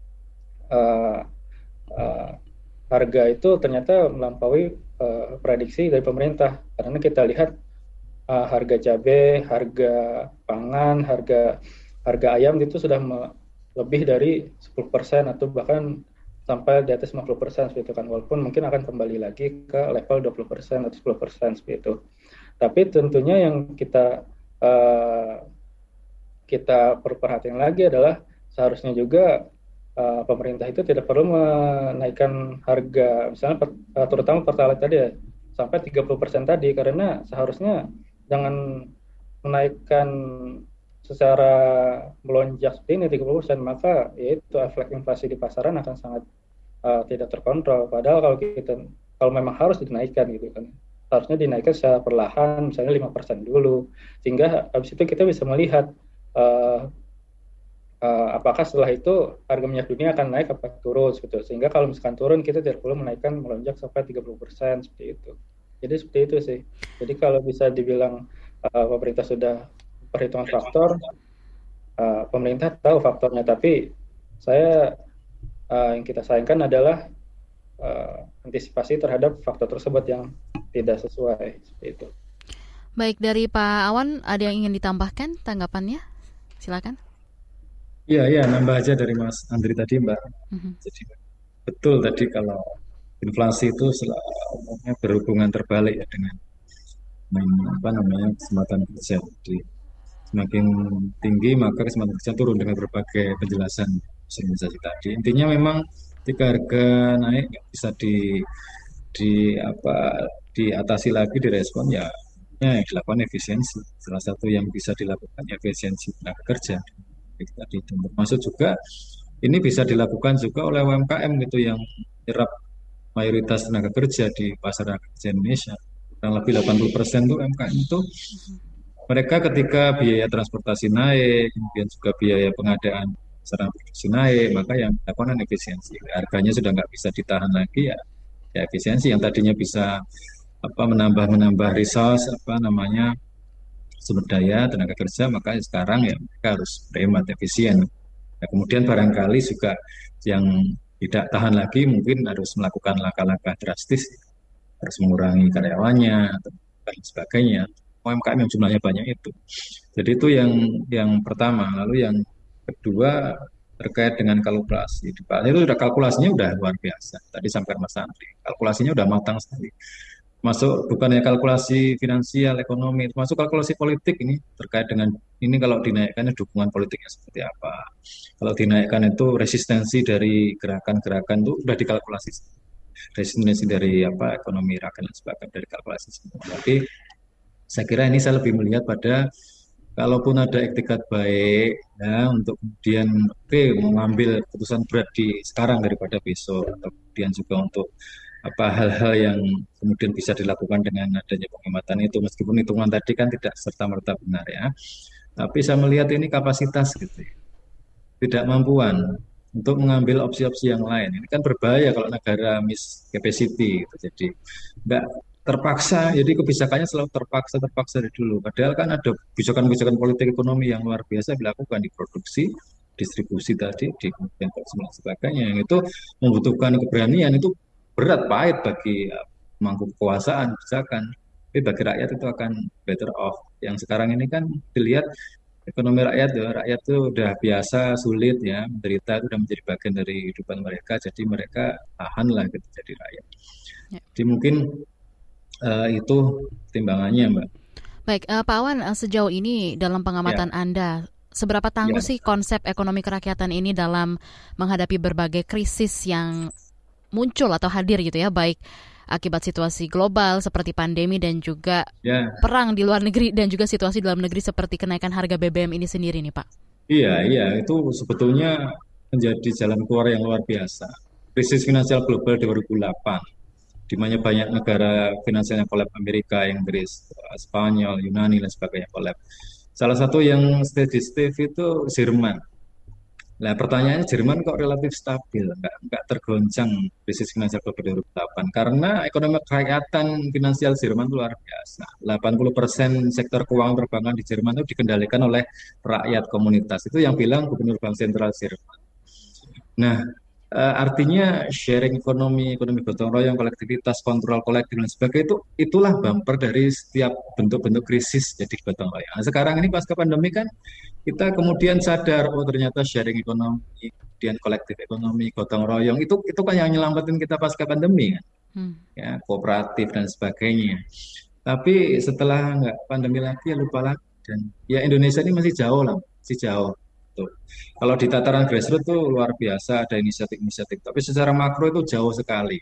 harga itu ternyata melampaui prediksi dari pemerintah, karena kita lihat harga cabai, harga pangan, harga ayam itu sudah lebih dari 10% atau bahkan sampai di atas 50% seperti itu kan, walaupun mungkin akan kembali lagi ke level 20% atau 10% seperti itu. Tapi tentunya yang kita perlu perhatian lagi adalah seharusnya juga pemerintah itu tidak perlu menaikkan harga, misalnya terutama Pertalite tadi ya, sampai 30% tadi, karena seharusnya jangan menaikkan secara melonjak seperti ini 30%, maka yaitu efek inflasi di pasaran akan sangat tidak terkontrol. Padahal kalau memang harus dinaikkan gitu kan, harusnya dinaikkan secara perlahan, misalnya 5% dulu, sehingga habis itu kita bisa melihat apakah setelah itu harga minyak dunia akan naik apa turun gitu. Sehingga kalau misalkan turun, kita tidak perlu menaikkan melonjak sampai 30% seperti itu. Jadi seperti itu sih. Jadi kalau bisa dibilang pemerintah sudah perhitungan faktor, pemerintah tahu faktornya, tapi yang kita sayangkan adalah antisipasi terhadap faktor tersebut yang tidak sesuai seperti itu. Baik, dari Pak Awan ada yang ingin ditambahkan tanggapannya? Silakan. Iya, nambah aja dari Mas Andri tadi, Mbak. Jadi betul tadi kalau inflasi itu umumnya berhubungan terbalik ya dengan kesempatan kerja. Jadi semakin tinggi maka kesempatan kerja turun dengan berbagai penjelasan organisasi tadi. Intinya memang ketika harga naik bisa diatasi lagi, direspon ya yang dilakukan efisiensi. Salah satu yang bisa dilakukan efisiensi tenaga kerja. Tadi termasuk juga ini bisa dilakukan juga oleh UMKM gitu yang menyerap mayoritas tenaga kerja di pasar tenaga kerja Indonesia. Kurang lebih 80% itu UMKM itu mereka ketika biaya transportasi naik, kemudian juga biaya pengadaan sarana produksi naik, maka yang dilakukan efisiensi. Harganya sudah nggak bisa ditahan lagi ya efisiensi yang tadinya bisa menambah resource sumber daya tenaga kerja, maka sekarang ya mereka harus berhemat efisien. Nah, kemudian barangkali juga yang tidak tahan lagi mungkin harus melakukan langkah-langkah drastis, harus mengurangi karyawannya dan sebagainya. UMKM yang jumlahnya banyak itu. Jadi itu yang pertama. Lalu yang kedua terkait dengan kalkulasi. Itu kalkulasinya udah luar biasa. Tadi sampai Mas Andri, kalkulasinya udah matang sekali. Masuk bukannya kalkulasi finansial, ekonomi, termasuk kalkulasi politik ini terkait dengan ini kalau dinaikkannya dukungan politiknya seperti apa. Kalau dinaikkan itu resistensi dari gerakan-gerakan itu sudah dikalkulasi. Resistensi dari ekonomi rakyat dan sebagainya dari kalkulasi semua. Tapi saya kira ini saya lebih melihat pada kalaupun ada iktikat baik ya untuk kemudian mengambil keputusan berat di sekarang daripada besok, atau kemudian juga untuk hal-hal yang kemudian bisa dilakukan dengan adanya penghematan itu, meskipun hitungan tadi kan tidak serta-merta benar ya. Tapi saya melihat ini kapasitas gitu ya, tidak mampuan untuk mengambil opsi-opsi yang lain. Ini kan berbahaya kalau negara miss capacity gitu. Jadi nggak terpaksa, jadi kebijakannya selalu terpaksa dari dulu. Padahal kan ada kebijakan-kebijakan politik ekonomi yang luar biasa dilakukan di produksi, distribusi tadi, di kemudian dan sebagainya. Yang itu membutuhkan keberanian, itu berat, pahit bagi pemangku kekuasaan, kebijakan. Tapi bagi rakyat itu akan better off. Yang sekarang ini kan dilihat ekonomi rakyat itu udah biasa sulit ya, menderita itu udah menjadi bagian dari kehidupan mereka, jadi mereka tahan lah gitu jadi rakyat. Jadi mungkin itu timbangannya, Mbak. Baik, Pak Awan, sejauh ini dalam pengamatan Anda, seberapa tangguh sih konsep ekonomi kerakyatan ini dalam menghadapi berbagai krisis yang muncul atau hadir gitu ya, baik akibat situasi global seperti pandemi dan juga perang di luar negeri dan juga situasi dalam negeri seperti kenaikan harga BBM ini sendiri nih, Pak? Iya, itu sebetulnya menjadi jalan keluar yang luar biasa. Krisis finansial global 2008. Di mana banyak negara finansialnya kolab, Amerika, Inggris, Spanyol, Yunani, dan sebagainya kolab. Salah satu yang steady state itu Jerman. Nah, pertanyaannya Jerman kok relatif stabil, nggak tergoncang krisis finansial global 2008. Karena ekonomi kerakyatan finansial Jerman luar biasa. 80% sektor keuangan perbankan di Jerman itu dikendalikan oleh rakyat komunitas. Itu yang bilang Gubernur Bank Sentral Jerman. Nah, artinya sharing ekonomi gotong royong, kolektivitas, kontrol kolektif dan sebagainya itulah bumper dari setiap bentuk-bentuk krisis jadi gotong royong. Nah, sekarang ini pasca pandemi kan kita kemudian sadar ternyata sharing ekonomi, kemudian kolektif ekonomi, gotong royong itu kan yang nyelamatin kita pasca pandemi kan. Ya, kooperatif dan sebagainya. Tapi setelah nggak pandemi lagi ya lupa lagi, dan ya Indonesia ini masih jauh lah, masih jauh. Kalau di tataran grassroots itu luar biasa ada inisiatif-inisiatif, tapi secara makro itu jauh sekali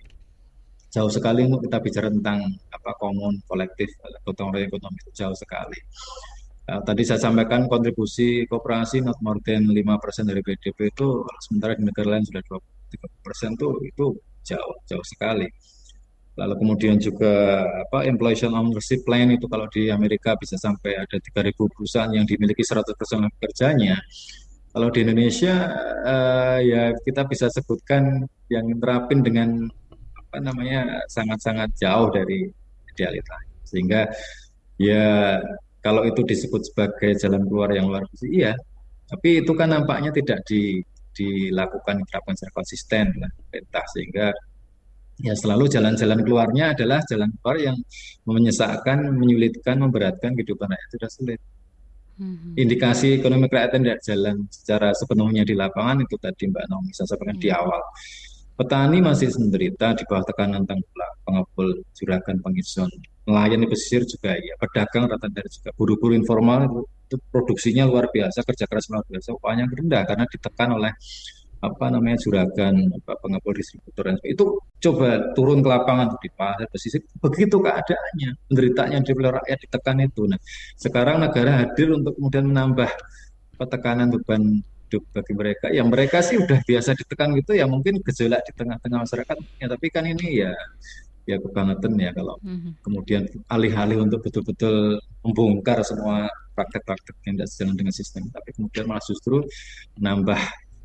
untuk kita bicara tentang komun, kolektif, gotong royong ekonomi itu jauh sekali. Tadi saya sampaikan kontribusi koperasi not more than 5% dari BDP itu, sementara di negara lain sudah 23% itu jauh sekali. Lalu kemudian juga employee ownership plan itu kalau di Amerika bisa sampai ada 3.000 perusahaan yang dimiliki 100% pekerjanya. Kalau di Indonesia ya kita bisa sebutkan yang terapin dengan sangat-sangat jauh dari idealitas. Sehingga ya kalau itu disebut sebagai jalan keluar yang luar biasa, iya. Tapi itu kan nampaknya tidak diterapkan secara konsisten oleh pemerintah, sehingga ya selalu jalan-jalan keluarnya adalah jalan keluar yang menyesakkan, menyulitkan, memberatkan kehidupan rakyat sudah sulit. Indikasi ekonomi kerakyatan tidak jalan secara sepenuhnya di lapangan itu tadi Mbak Naomi saya sampaikan di awal. Petani masih menderita di bawah tekanan tengkulak, pengepul, juragan, pengison. Nelayan di pesisir juga ya, pedagang rata-rata juga, buruh-buruh informal itu produksinya luar biasa, kerja keras luar biasa, upahnya rendah karena ditekan oleh juragan, pengepul, distributor, dan itu coba turun ke lapangan di pasar pesisir, begitu keadaannya, penderitaannya di rakyat ditekan itu. Nah, sekarang negara hadir untuk kemudian menambah tekanan beban hidup bagi mereka. Yang mereka sih udah biasa ditekan gitu ya, mungkin gejolak di tengah-tengah masyarakat. Ya, tapi kan ini ya kebangetan ya kalau kemudian alih-alih untuk betul-betul membongkar semua praktek-praktek yang tidak sejalan dengan sistem, tapi kemudian malah justru menambah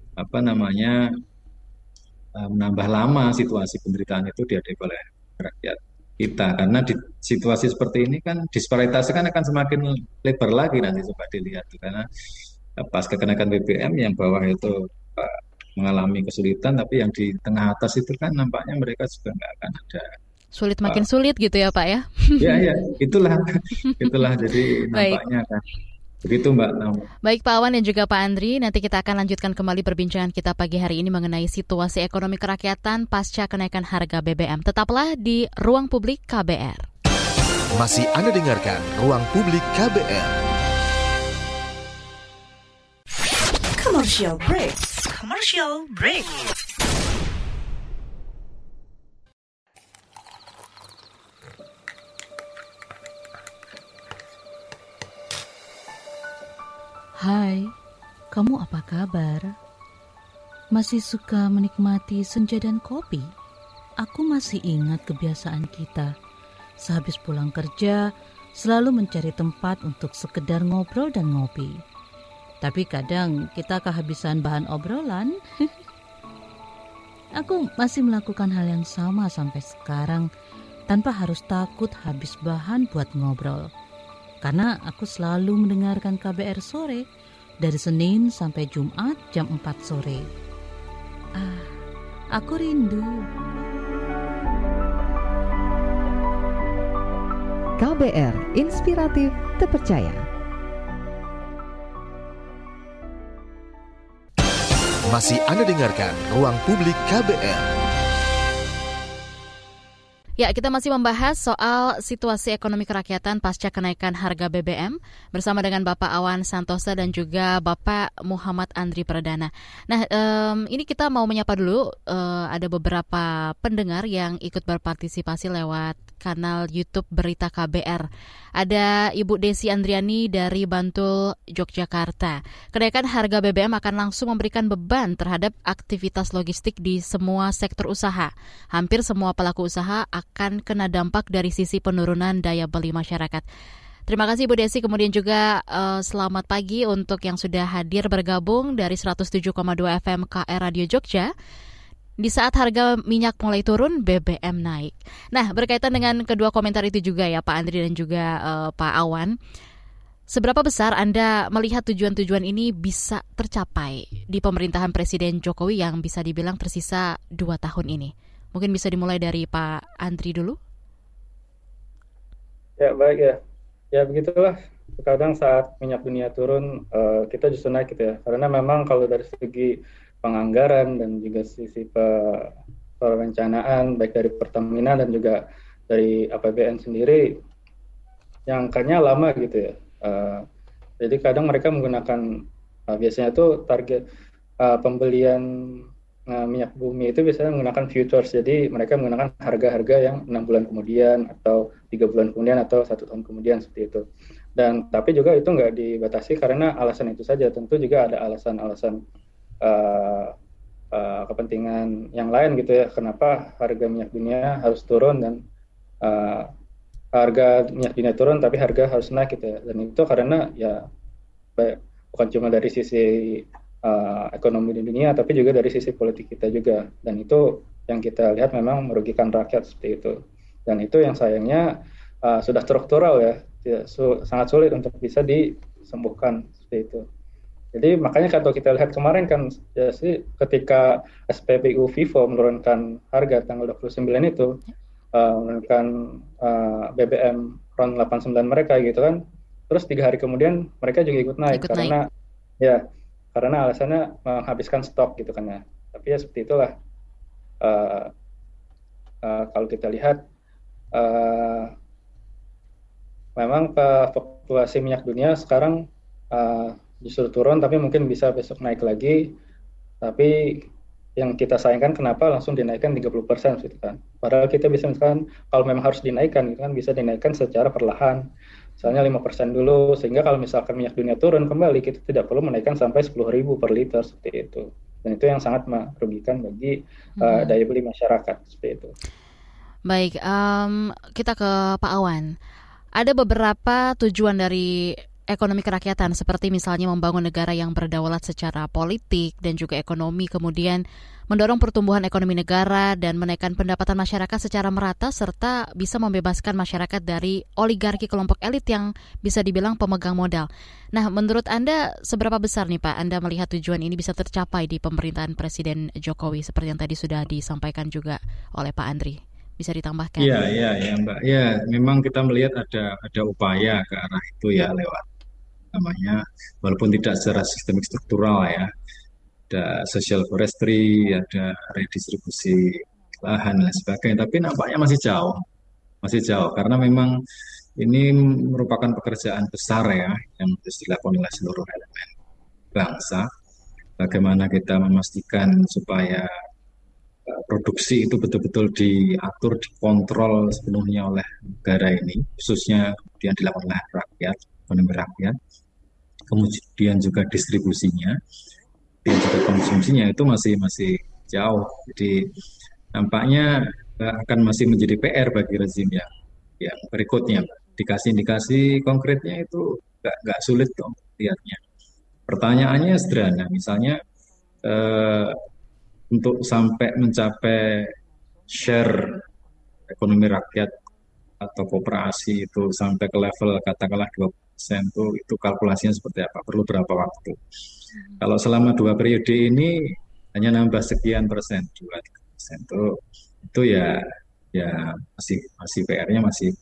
menambah lama situasi penderitaan itu dihadapi oleh rakyat kita. Karena di situasi seperti ini kan disparitasnya kan akan semakin lebar lagi nanti coba dilihat, karena pasca kenaikan BBM yang bawah itu mengalami kesulitan, tapi yang di tengah atas itu kan nampaknya mereka juga nggak akan ada makin sulit gitu ya Pak ya? Ya itulah jadi nampaknya kan. Begitu Mbak Naomi. Baik Pak Awan dan juga Pak Andri, nanti kita akan lanjutkan kembali perbincangan kita pagi hari ini mengenai situasi ekonomi kerakyatan pasca kenaikan harga BBM. Tetaplah di Ruang Publik KBR. Masih Anda dengarkan Ruang Publik KBR. Commercial break. Hai, kamu apa kabar? Masih suka menikmati senja dan kopi? aku masih ingat kebiasaan kita. Sehabis pulang kerja, selalu mencari tempat untuk sekedar ngobrol dan ngopi. Tapi kadang kita kehabisan bahan obrolan. Aku masih melakukan hal yang sama sampai sekarang, tanpa harus takut habis bahan buat ngobrol. Karena aku selalu mendengarkan KBR sore, dari Senin sampai Jumat jam 4 sore. Aku rindu. KBR Inspiratif Terpercaya. Masih Anda dengarkan Ruang Publik KBR. Ya, kita masih membahas soal situasi ekonomi kerakyatan pasca kenaikan harga BBM bersama dengan Bapak Awan Santosa dan juga Bapak Muhammad Andri Perdana. Nah, ini kita mau menyapa dulu, ada beberapa pendengar yang ikut berpartisipasi lewat kanal YouTube Berita KBR. Ada Ibu Desi Andriani dari Bantul, Yogyakarta. Kenaikan harga BBM akan langsung memberikan beban terhadap aktivitas logistik di semua sektor usaha. Hampir semua pelaku usaha akan kena dampak dari sisi penurunan daya beli masyarakat. Terima kasih Bu Desi, kemudian juga selamat pagi untuk yang sudah hadir bergabung dari 107,2 FM KR Radio Jogja. Di saat harga minyak mulai turun, BBM naik. Nah, berkaitan dengan kedua komentar itu juga ya Pak Andri dan juga Pak Awan, seberapa besar Anda melihat tujuan-tujuan ini bisa tercapai di pemerintahan Presiden Jokowi yang bisa dibilang tersisa 2 tahun ini? Mungkin bisa dimulai dari Pak Andri dulu. Ya, baik ya. Ya, begitulah. Kadang saat minyak dunia turun, kita justru naik gitu ya. Karena memang kalau dari segi penganggaran dan juga sisi perencanaan, baik dari Pertamina dan juga dari APBN sendiri, yang angkanya lama gitu ya. Jadi kadang mereka menggunakan, biasanya tuh target pembelian minyak bumi itu biasanya menggunakan futures, jadi mereka menggunakan harga-harga yang 6 bulan kemudian atau 3 bulan kemudian atau 1 tahun kemudian seperti itu. Dan tapi juga itu nggak dibatasi karena alasan itu saja, tentu juga ada alasan-alasan kepentingan yang lain gitu ya, kenapa harga minyak dunia harus turun dan harga minyak dunia turun tapi harga harus naik gitu ya. Dan itu karena ya bukan cuma dari sisi ekonomi di dunia tapi juga dari sisi politik kita juga, dan itu yang kita lihat memang merugikan rakyat seperti itu. Dan itu yang sayangnya sudah struktural ya, sangat sulit untuk bisa disembuhkan seperti itu. Jadi makanya kalau kita lihat kemarin kan ya sih, ketika SPBU Vivo menurunkan harga tanggal 29 itu, menurunkan BBM RON 89 mereka gitu kan, terus 3 hari kemudian mereka juga ikut naik karena alasannya menghabiskan stok gitu kan ya. Tapi ya seperti itulah, kalau kita lihat memang fluktuasi minyak dunia sekarang justru turun, tapi mungkin bisa besok naik lagi. Tapi yang kita sayangkan kenapa langsung dinaikkan 30% gitu kan. Padahal kita bisa misalkan kalau memang harus dinaikkan gitu kan, bisa dinaikkan secara perlahan. Misalnya 5% dulu, sehingga kalau misalkan minyak dunia turun kembali, kita tidak perlu menaikkan sampai 10.000 per liter seperti itu. Dan itu yang sangat merugikan bagi daya beli masyarakat seperti itu. Baik, kita ke Pak Awan. Ada beberapa tujuan dari ekonomi kerakyatan, seperti misalnya membangun negara yang berdaulat secara politik dan juga ekonomi, kemudian mendorong pertumbuhan ekonomi negara dan menaikkan pendapatan masyarakat secara merata, serta bisa membebaskan masyarakat dari oligarki kelompok elit yang bisa dibilang pemegang modal. Nah, menurut Anda seberapa besar nih Pak Anda melihat tujuan ini bisa tercapai di pemerintahan Presiden Jokowi seperti yang tadi sudah disampaikan juga oleh Pak Andri? Bisa ditambahkan? Iya Mbak. Ya, memang kita melihat ada upaya ke arah itu ya, lewat namanya, walaupun tidak secara sistemik struktural ya, ada social forestry, ada redistribusi lahan dan sebagainya, tapi nampaknya masih jauh karena memang ini merupakan pekerjaan besar ya yang harus dilakukan oleh seluruh elemen bangsa. Bagaimana kita memastikan supaya produksi itu betul-betul diatur, dikontrol sepenuhnya oleh negara ini, khususnya kemudian dilakukan oleh rakyat, ekonomi rakyat, kemudian juga distribusinya, dan juga konsumsinya itu masih jauh. Jadi nampaknya akan masih menjadi PR bagi rezim yang berikutnya. Indikasi-indikasi konkretnya itu nggak sulit kok lihatnya. Pertanyaannya sederhana, misalnya untuk sampai mencapai share ekonomi rakyat atau koperasi itu sampai ke level katakanlah 20% itu kalkulasinya seperti apa? Perlu berapa waktu? Kalau selama 2 periode ini hanya nambah sekian persen, 2-3% itu ya masih PR-nya masih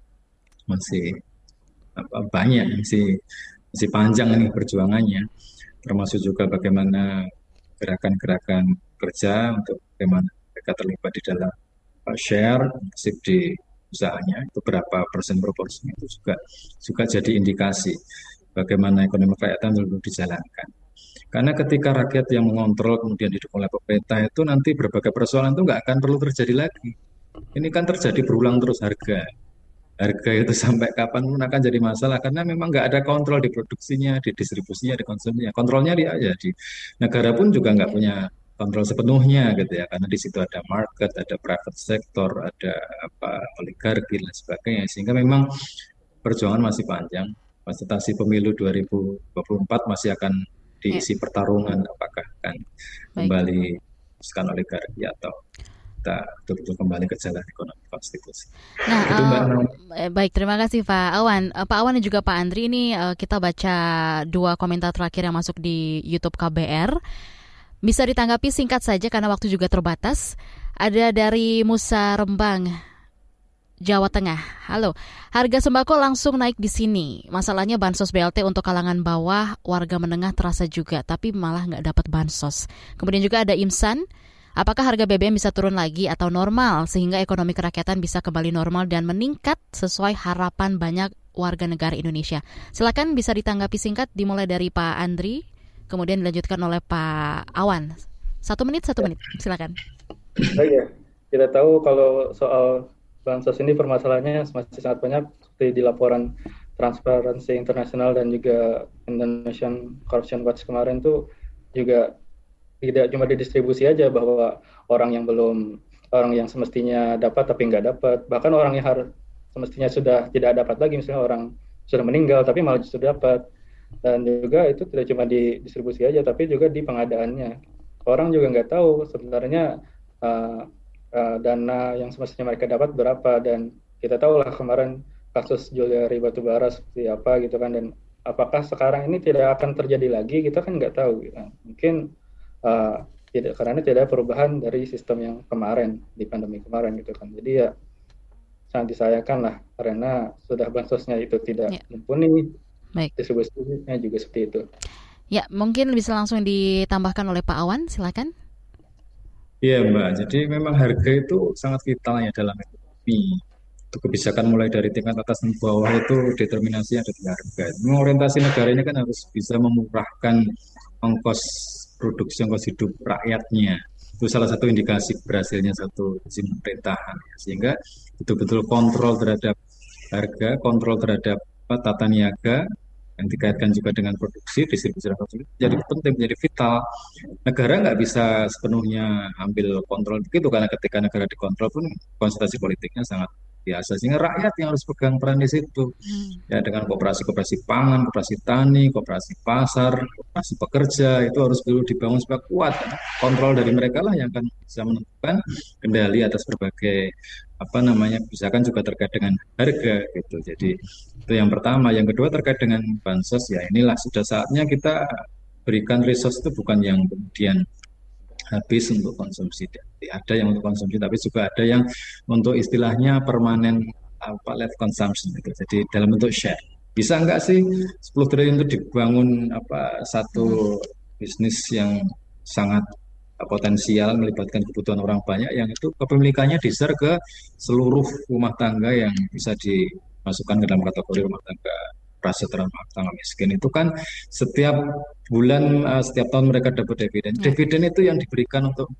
banyak, masih panjang ini perjuangannya, termasuk juga bagaimana gerakan-gerakan kerja untuk bagaimana mereka terlibat di dalam share nasib di usahanya, itu berapa persen proporsinya, itu juga jadi indikasi bagaimana ekonomi kerakyatan perlu dijalankan. Karena ketika rakyat yang mengontrol kemudian didukung oleh pemerintah, itu nanti berbagai persoalan itu nggak akan perlu terjadi lagi. Ini kan terjadi berulang terus, harga itu sampai kapan pun akan jadi masalah karena memang nggak ada kontrol di produksinya, di distribusinya, di konsumsinya. Kontrolnya dia aja di negara pun juga nggak punya kontrol sepenuhnya gitu ya, karena di situ ada market, ada private sector, ada oligarki dan sebagainya, sehingga memang perjuangan masih panjang. Kontestasi pemilu 2024 masih akan diisi pertarungan apakah akan kembali diteruskan oligarki atau kita betul-betul kembali ke jalan ekonomi konstitusi. Nah, baik, terima kasih Pak Awan. Pak Awan dan juga Pak Andri, ini kita baca 2 komentar terakhir yang masuk di YouTube KBR. Bisa ditanggapi singkat saja karena waktu juga terbatas. Ada dari Musa Rembang, Jawa Tengah. Halo, harga sembako langsung naik di sini. Masalahnya bansos BLT untuk kalangan bawah, warga menengah terasa juga, tapi malah nggak dapat bansos. Kemudian juga ada Imsan. Apakah harga BBM bisa turun lagi atau normal sehingga ekonomi kerakyatan bisa kembali normal dan meningkat sesuai harapan banyak warga negara Indonesia? Silakan bisa ditanggapi singkat dimulai dari Pak Andri, kemudian dilanjutkan oleh Pak Awan. 1 menit, silakan. Baik ya, kita tahu kalau soal bansos ini permasalahannya masih sangat banyak, seperti di laporan Transparency International dan juga Indonesian Corruption Watch kemarin tuh juga tidak cuma didistribusi aja, bahwa orang yang semestinya dapat tapi nggak dapat, bahkan orang yang semestinya sudah tidak dapat lagi, misalnya orang sudah meninggal tapi malah justru dapat. Dan juga itu tidak cuma didistribusi aja tapi juga di pengadaannya. Orang juga nggak tahu sebenarnya dana yang semestinya mereka dapat berapa, dan kita tahu lah kemarin kasus Juliari Batubara seperti apa gitu kan, dan apakah sekarang ini tidak akan terjadi lagi, kita kan nggak tahu gitu. Mungkin tidak, karena tidak ada perubahan dari sistem yang kemarin di pandemi kemarin gitu kan. Jadi ya sangat disayangkan lah karena sudah bansosnya itu tidak mumpuni, distribusinya juga seperti itu. Ya, mungkin bisa langsung ditambahkan oleh Pak Awan, silakan. Iya Mbak, jadi memang harga itu sangat vital ya dalam ekonomi. Untuk kebijakan mulai dari tingkat atas dan bawah itu determinasi ada di harga. Memang orientasi negara ini kan harus bisa memurahkan ongkos produksi, ongkos hidup rakyatnya. Itu salah satu indikasi berhasilnya satu rezim pemerintahan. Sehingga betul-betul kontrol terhadap harga, kontrol terhadap tata niaga, yang dikaitkan juga dengan produksi, distribusi dan konsumsi, jadi penting, menjadi vital. Negara nggak bisa sepenuhnya ambil kontrol begitu, karena ketika negara dikontrol pun konsentrasi politiknya sangat biasa, sehingga rakyat yang harus pegang peran di situ. Ya, dengan koperasi pangan, koperasi tani, koperasi pasar, koperasi pekerja, itu harus dulu dibangun supaya kuat. Karena kontrol dari mereka lah yang akan bisa menentukan kendali atas berbagai kebijakan juga terkait dengan harga gitu. Jadi itu yang pertama. Yang kedua terkait dengan bansos, ya inilah sudah saatnya kita berikan resource itu bukan yang kemudian habis untuk konsumsi. Ada yang untuk konsumsi, tapi juga ada yang untuk istilahnya permanen life consumption gitu. Jadi dalam bentuk share. Bisa nggak sih 10 triliun itu dibangun satu bisnis yang sangat potensial melibatkan kebutuhan orang banyak, yang itu kepemilikannya di-share ke seluruh rumah tangga yang bisa dimasukkan ke dalam kategori rumah tangga prasejahtera, rumah tangga miskin. Itu kan setiap bulan, setiap tahun mereka dapat dividen. Dividen itu yang diberikan untuk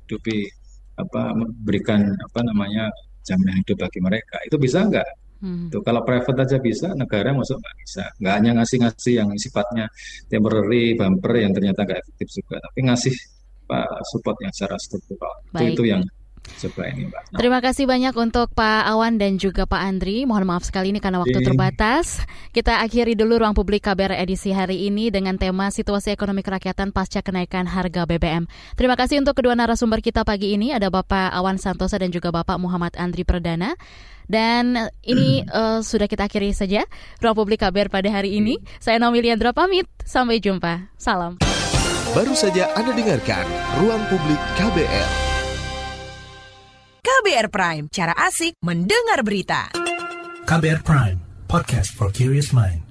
memberikan jaminan hidup bagi mereka. Itu bisa nggak? Tuh, kalau private aja bisa, negara masuk nggak bisa. Nggak hanya ngasih-ngasih yang sifatnya temporary, bumper yang ternyata nggak efektif juga, tapi ngasih support yang secara struktural. Itu yang Coba ini Mbak. Terima kasih banyak untuk Pak Awan dan juga Pak Andri. Mohon maaf sekali ini karena waktu terbatas. Kita akhiri dulu Ruang Publik KBR edisi hari ini dengan tema situasi ekonomi kerakyatan pasca kenaikan harga BBM. Terima kasih untuk kedua narasumber kita pagi ini. Ada Bapak Awan Santosa dan juga Bapak Muhammad Andri Perdana. Dan ini sudah kita akhiri saja Ruang Publik KBR pada hari ini. Saya Naomi Liandra pamit. Sampai jumpa. Salam. Baru saja Anda dengarkan Ruang Publik KBR. KBR Prime, cara asik mendengar berita. KBR Prime, podcast for curious mind.